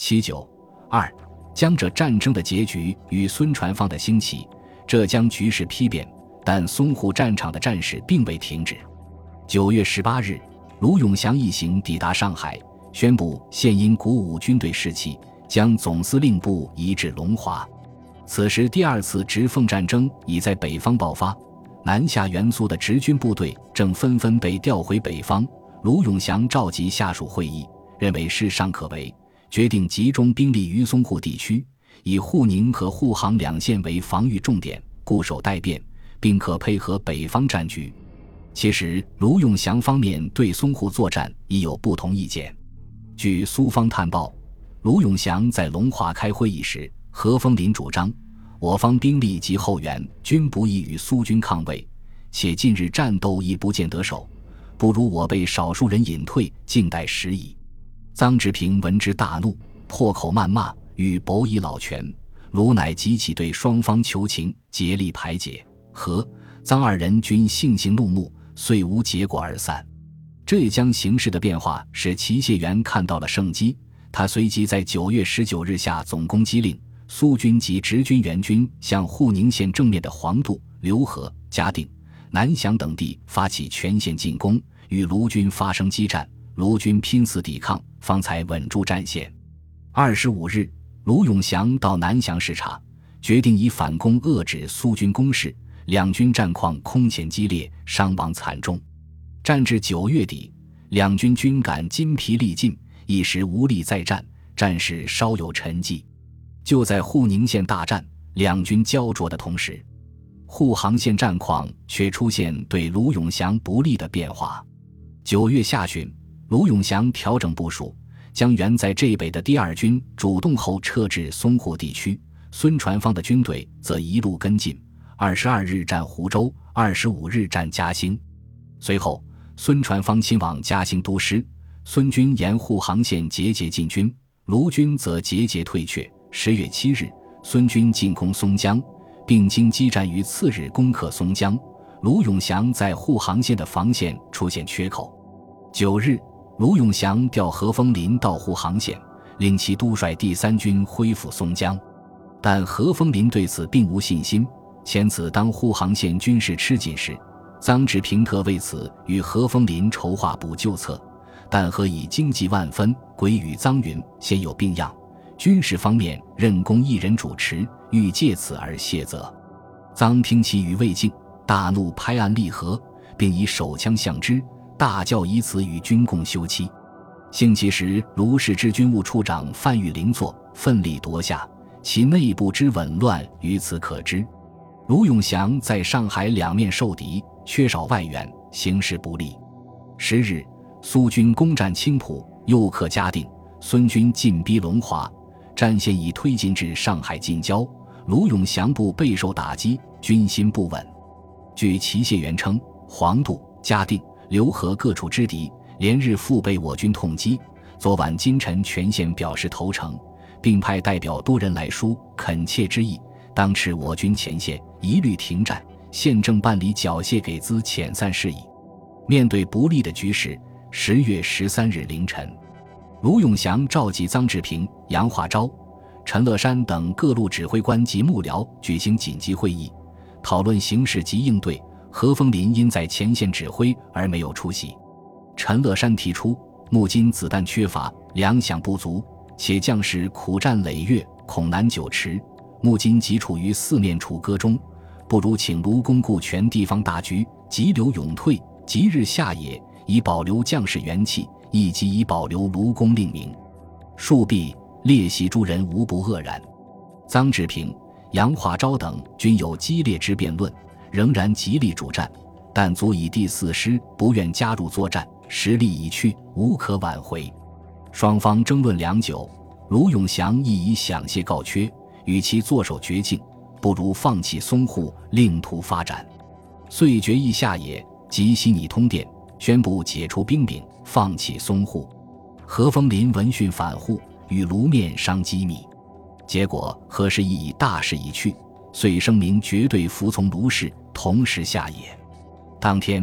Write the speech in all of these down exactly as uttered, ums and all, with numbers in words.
七九二，江浙战争的结局与孙传芳的兴起，浙江局势批变，但淞沪战场的战事并未停止。九月十八日，卢永祥一行抵达上海，宣布现因鼓舞军队士气，将总司令部移至龙华。此时第二次直奉战争已在北方爆发，南下援苏的直军部队正纷纷被调回北方。卢永祥召集下属会议，认为事尚可为，决定集中兵力于淞沪地区，以沪宁和沪杭两县为防御重点，固守待变，并可配合北方战局。其实卢永祥方面对淞沪作战已有不同意见。据苏方探报，卢永祥在龙华开会议时，何丰林主张，我方兵力及后援均不易与苏军抗魏，且近日战斗亦不见得手，不如我辈少数人隐退，静待时矣。臧志平闻之大怒，破口谩骂，欲博以老拳。卢乃即起对双方求情，竭力排解。何、臧二人均性情怒目，遂无结果而散。浙江形势的变化使祁谢元看到了胜机，他随即在九月十九日下总攻击令，苏军及直军援军向沪宁县正面的黄渡、浏河、嘉定、南翔等地发起全线进攻，与卢军发生激战，卢军拼死抵抗，方才稳住战线。二十五日，卢永祥到南翔视察，决定以反攻遏制苏军攻势，两军战况空前激烈，伤亡惨重。战至九月底，两军均感筋疲力尽，一时无力再战，战事稍有沉寂。就在沪宁县大战，两军焦灼的同时，沪杭县战况却出现对卢永祥不利的变化。九月下旬，卢永祥调整部署，将原在浙北的第二军主动后撤至淞沪地区，孙传芳的军队则一路跟进，二十二日占湖州，二十五日占嘉兴。随后孙传芳亲往嘉兴督师，孙军沿沪杭线节节进军，卢军则节节退却。十月七日，孙军进攻松江，并经激战于次日攻克松江。卢永祥在沪杭线的防线出现缺口。九日，卢永祥调何丰林到沪杭线，令其督率第三军恢复松江。但何丰林对此并无信心。前此当沪杭线军事吃紧时，臧志平特为此与何丰林筹划补救策，但何以惊急万分，归与臧云先有病恙，军事方面任公一人主持，欲借此而卸责。臧听其语未尽，大怒，拍案立和，并以手枪向之，大叫以此与军共休戚。兴其时，卢氏之军务处长范玉麟作，奋力夺下，其内部之紊乱于此可知。卢永祥在上海两面受敌，缺少外援，形势不利。十日，苏军攻占青浦，又克嘉定，孙军进逼龙华，战线已推进至上海近郊，卢永祥部备受打击，军心不稳。据祁谢元称，黄渡、嘉定、浏河各处之敌连日复被我军痛击，昨晚今晨全线表示投诚，并派代表多人来书恳切之意，当持我军前线一律停战，现正办理缴械给资遣散事宜。面对不利的局势，十月十三日凌晨，卢永祥召集臧志平、杨化昭、陈乐山等各路指挥官及幕僚举行紧急会议，讨论形势及应对。何丰林因在前线指挥而没有出席。陈乐山提出，目今子弹缺乏，粮饷不足，且将士苦战累月，恐难久持，目今即处于四面楚歌中，不如请卢公顾全地方大局，急流勇退，即日下野，以保留将士元气，亦即以保留卢公令名。数毕，列席诸人无不愕然。臧志平、杨化昭等均有激烈之辩论，仍然极力主战，但足以第四师不愿加入作战，实力已去，无可挽回。双方争论良久，卢永祥亦以想谢告缺，与其坐守绝境，不如放弃淞沪，另图发展。遂决议下野，即悉拟通电，宣布解除兵柄，放弃淞沪。何丰林闻讯反沪，与卢面商机密，结果何氏亦以大势已去，遂声明绝对服从卢氏，同时下野。当天，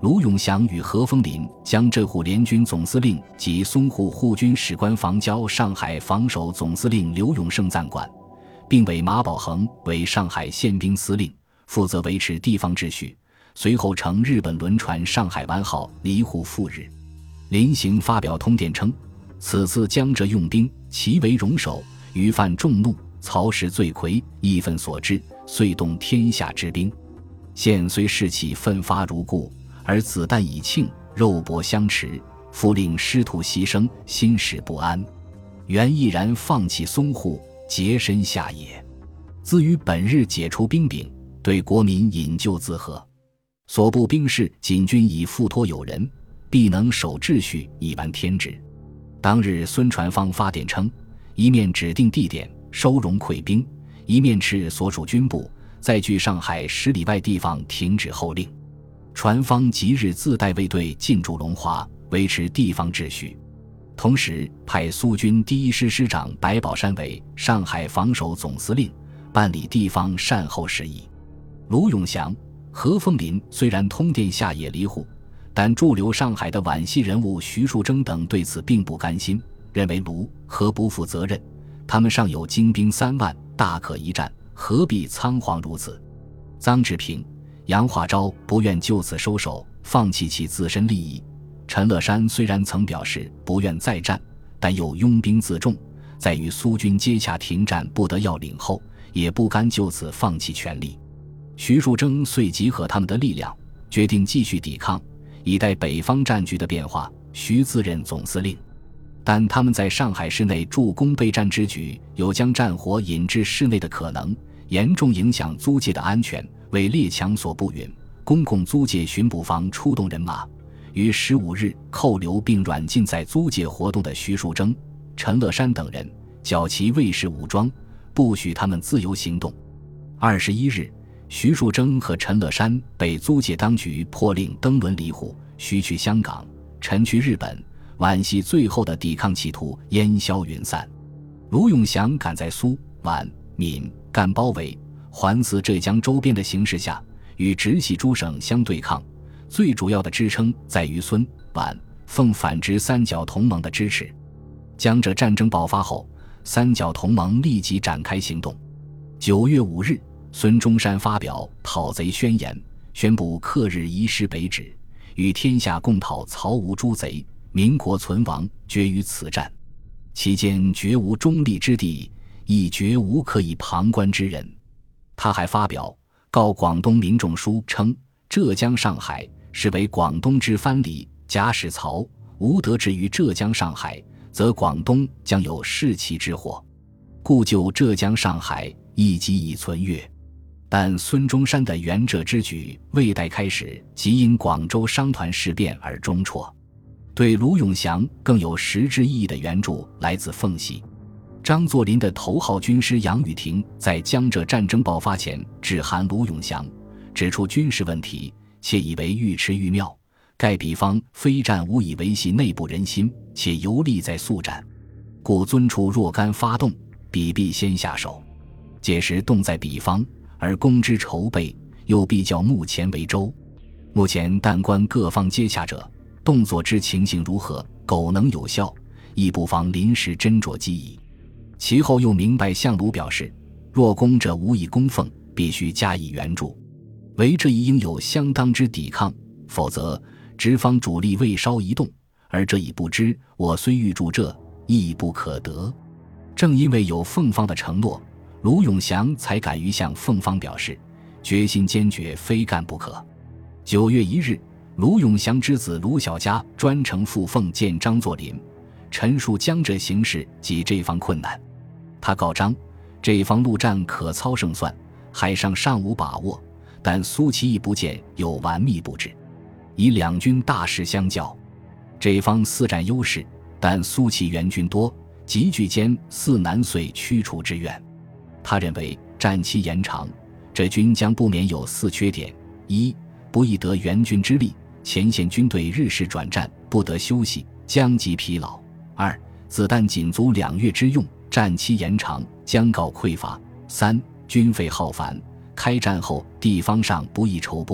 卢永祥与何丰林将浙沪联军总司令及淞沪护军使官房交上海防守总司令刘永胜暂管，并委马宝衡为上海宪兵司令，负责维持地方秩序。随后乘日本轮船上海湾号离沪赴日。临行发表通电称，此次江浙用兵，其为容首，余犯众怒，曹氏罪魁，义愤所致，遂动天下之兵。现虽士气奋发如故，而子弹已罄，肉帛相持，复令师徒牺牲，心事不安，原毅然放弃淞沪，洁身下野。自于本日解除兵柄，对国民引咎自和。所部兵士仅均已付托有人，必能守秩序，以完天职。当日孙传芳发电称，一面指定地点收容溃兵，一面斥所属军部在距上海十里外地方停止后令。传芳即日自带卫队进驻龙华，维持地方秩序，同时派苏军第一师师长白宝山为上海防守总司令，办理地方善后事宜。卢永祥、何丰林虽然通电下野离沪，但驻留上海的皖系人物徐树铮等对此并不甘心，认为卢、何不负责任，他们尚有精兵三万，大可一战，何必仓皇如此。臧志平、杨化昭不愿就此收手，放弃其自身利益。陈乐山虽然曾表示不愿再战，但又拥兵自重，在与苏军接洽停战不得要领后，也不甘就此放弃权力。徐树铮遂集合他们的力量，决定继续抵抗，以待北方战局的变化。徐自任总司令，但他们在上海市内助攻备战之举，有将战火引至市内的可能，严重影响租界的安全，为列强所不允。公共租界巡捕房出动人马，于十五日扣留并软禁在租界活动的徐树铮、陈乐山等人，剿其卫士武装，不许他们自由行动。二十一日，徐树铮和陈乐山被租界当局迫令登轮离沪，徐去香港，陈去日本，皖系最后的抵抗企图烟消云散。卢永祥赶在苏、皖、闽、赣包围、环泗浙江周边的形势下，与直系诸省相对抗，最主要的支撑在于孙、皖、奉反直三角同盟的支持。江浙战争爆发后，三角同盟立即展开行动。九月五日，孙中山发表讨贼宣言，宣布克日移师北指，与天下共讨曹吴诸贼，民国存亡决于此战。其间绝无中立之地，亦绝无可以旁观之人。他还发表告广东民众书称，浙江上海是为广东之藩篱，假使曹吴得志于浙江上海，则广东将有士气之祸，故就浙江上海亦即以存越。但孙中山的援浙之举未待开始，即因广州商团事变而中辍。对卢永祥更有实质意义的援助来自奉系。张作霖的头号军师杨宇霆在江浙战争爆发前致函卢永祥，指出军事问题，且以为愈迟愈妙，盖彼方非战无以维系内部人心，且尤利在速战，故尊处若干发动，彼必先下手。届时动在彼方，而攻之筹备，又必较目前为周。目前但观各方接洽者，动作之情形如何，苟能有效，亦不妨临时斟酌机宜。其后又明白向卢表示，若攻者无以供奉，必须加以援助，为这一应有相当之抵抗，否则直方主力未稍移动，而这已不知，我虽欲助这，亦不可得。正因为有奉方的承诺，卢永祥才敢于向奉方表示，决心坚决，非干不可。九月一日，卢永祥之子卢小嘉专程赴奉见张作霖，陈述江浙形势及这方困难。他告张，这方陆战可操胜算，海上尚无把握，但苏其意不见有顽密布置，以两军大势相较，这方四战优势，但苏其援军多，急剧间似难遂驱除之愿。他认为战期延长，这军将不免有四缺点：一、不易得援军之力，前线军队日时转战，不得休息，将即疲劳；二、子弹仅足两月之用，战期延长，将告匮乏；三、军费浩繁，开战后地方上不易筹拨，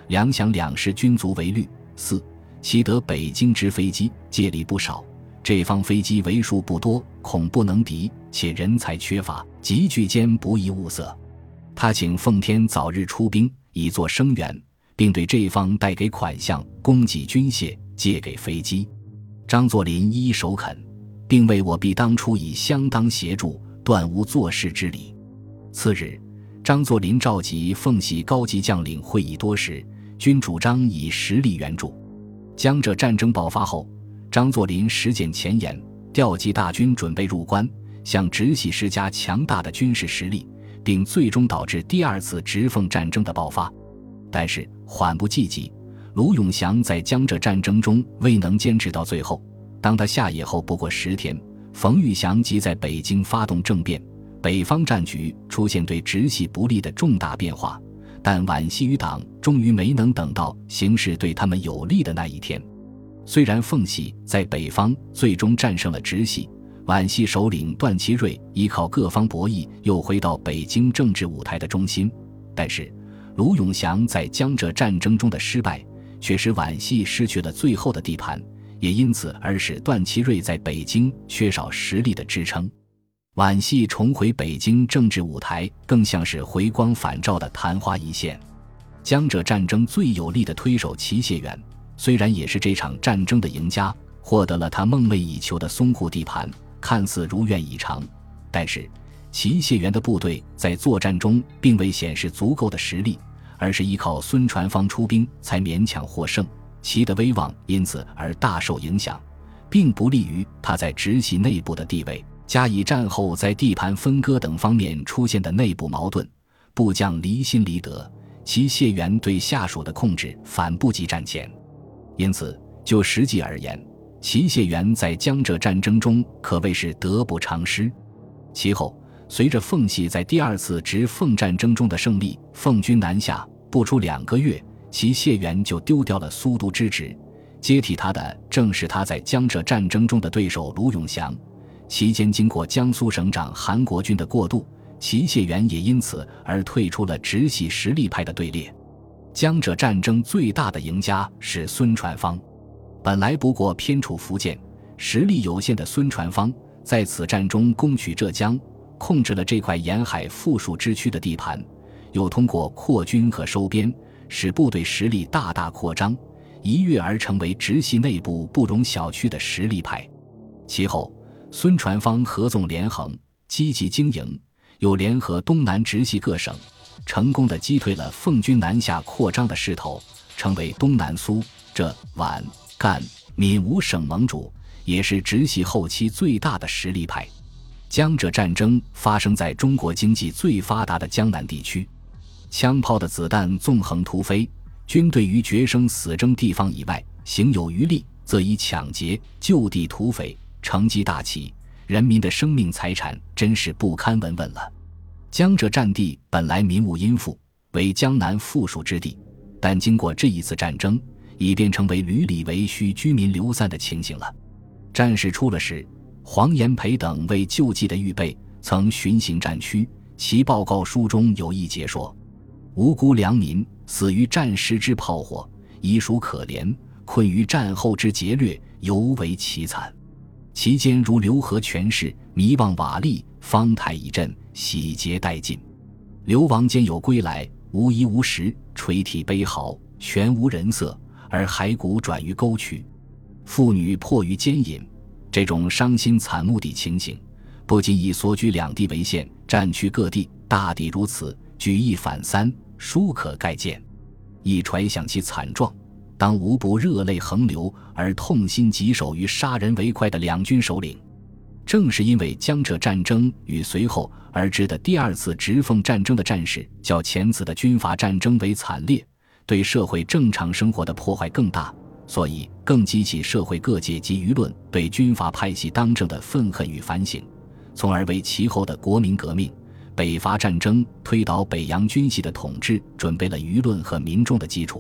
粮饷两市均足为虑。四其得北京之飞机借力不少，这方飞机为数不多，恐不能敌，且人才缺乏，急剧间不宜物色。他请奉天早日出兵，以作声援，并对这方带给款项，供给军械，借给飞机。张作霖一一首肯，并为我必当初以相当协助，断无做事之理。次日，张作霖召集奉系高级将领会议多时，均主张以实力援助。江浙战争爆发后，张作霖实践前沿，调集大军准备入关，向直系施加强大的军事实力，并最终导致第二次直奉战争的爆发。但是缓不济急，卢永祥在江浙战争中未能坚持到最后。当他下野后不过十天，冯玉祥即在北京发动政变，北方战局出现对直系不利的重大变化，但皖系余党终于没能等到形势对他们有利的那一天。虽然奉系在北方最终战胜了直系，皖系首领段祺瑞依靠各方博弈又回到北京政治舞台的中心，但是卢永祥在江浙战争中的失败却使皖系失去了最后的地盘，也因此而使段祺瑞在北京缺少实力的支撑。皖系重回北京政治舞台更像是回光返照的昙花一现。江浙战争最有力的推手齐燮元虽然也是这场战争的赢家，获得了他梦寐以求的淞沪地盘，看似如愿以偿，但是齐燮元的部队在作战中并未显示足够的实力，而是依靠孙传芳出兵才勉强获胜，其的威望因此而大受影响，并不利于他在直系内部的地位。加以战后在地盘分割等方面出现的内部矛盾，部将离心离德，其燮元对下属的控制反不及战前。因此就实际而言，齐燮元在江浙战争中可谓是得不偿失。其后随着奉系在第二次直奉战争中的胜利，奉军南下，不出两个月，齐燮元就丢掉了苏都之职，接替他的正是他在江浙战争中的对手卢永祥。期间经过江苏省长韩国军的过渡，齐燮元也因此而退出了直系实力派的队列。江浙战争最大的赢家是孙传芳。本来不过偏处福建，实力有限的孙传芳在此战中攻取浙江，控制了这块沿海富庶之区的地盘，又通过扩军和收编，使部队实力大大扩张，一跃而成为直系内部不容小觑的实力派。其后孙传芳合纵连横，积极经营，又联合东南直系各省，成功地击退了奉军南下扩张的势头，成为东南苏、浙、皖、赣、闽五省盟主，也是直系后期最大的实力派。江浙战争发生在中国经济最发达的江南地区，枪炮的子弹纵横突飞，军队于决生死争地方以外行有余力，则以抢劫、就地土匪乘机大起，人民的生命财产真是不堪闻闻了。江浙战地本来民物殷富，为江南富庶之地，但经过这一次战争，已变成为屡屡为需居民流散的情形了。战事出了时，黄炎培等为救济的预备曾巡行战区，其报告书中有一节说：无辜良民死于战时之炮火，已属可怜，困于战后之劫掠，尤为凄惨。其间如刘和权势，迷望瓦砾，方台一阵，喜节殆尽。流亡间有归来，无衣无食，垂涕悲嚎，全无人色，而骸骨转于沟渠，妇女迫于奸淫。这种伤心惨目的情形，不仅以所居两地为限，战区各地大抵如此，举一反三，殊可概见。一揣想其惨状，当无不热泪横流，而痛心疾首于杀人为快的两军首领。正是因为江浙战争与随后而至的第二次直奉战争的战事较前次的军阀战争为惨烈，对社会正常生活的破坏更大，所以更激起社会各界及舆论对军阀派系当政的愤恨与反省，从而为其后的国民革命、北伐战争推倒北洋军系的统治准备了舆论和民众的基础。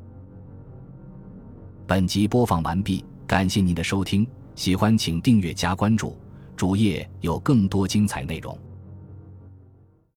本集播放完毕，感谢您的收听，喜欢请订阅加关注，主页有更多精彩内容。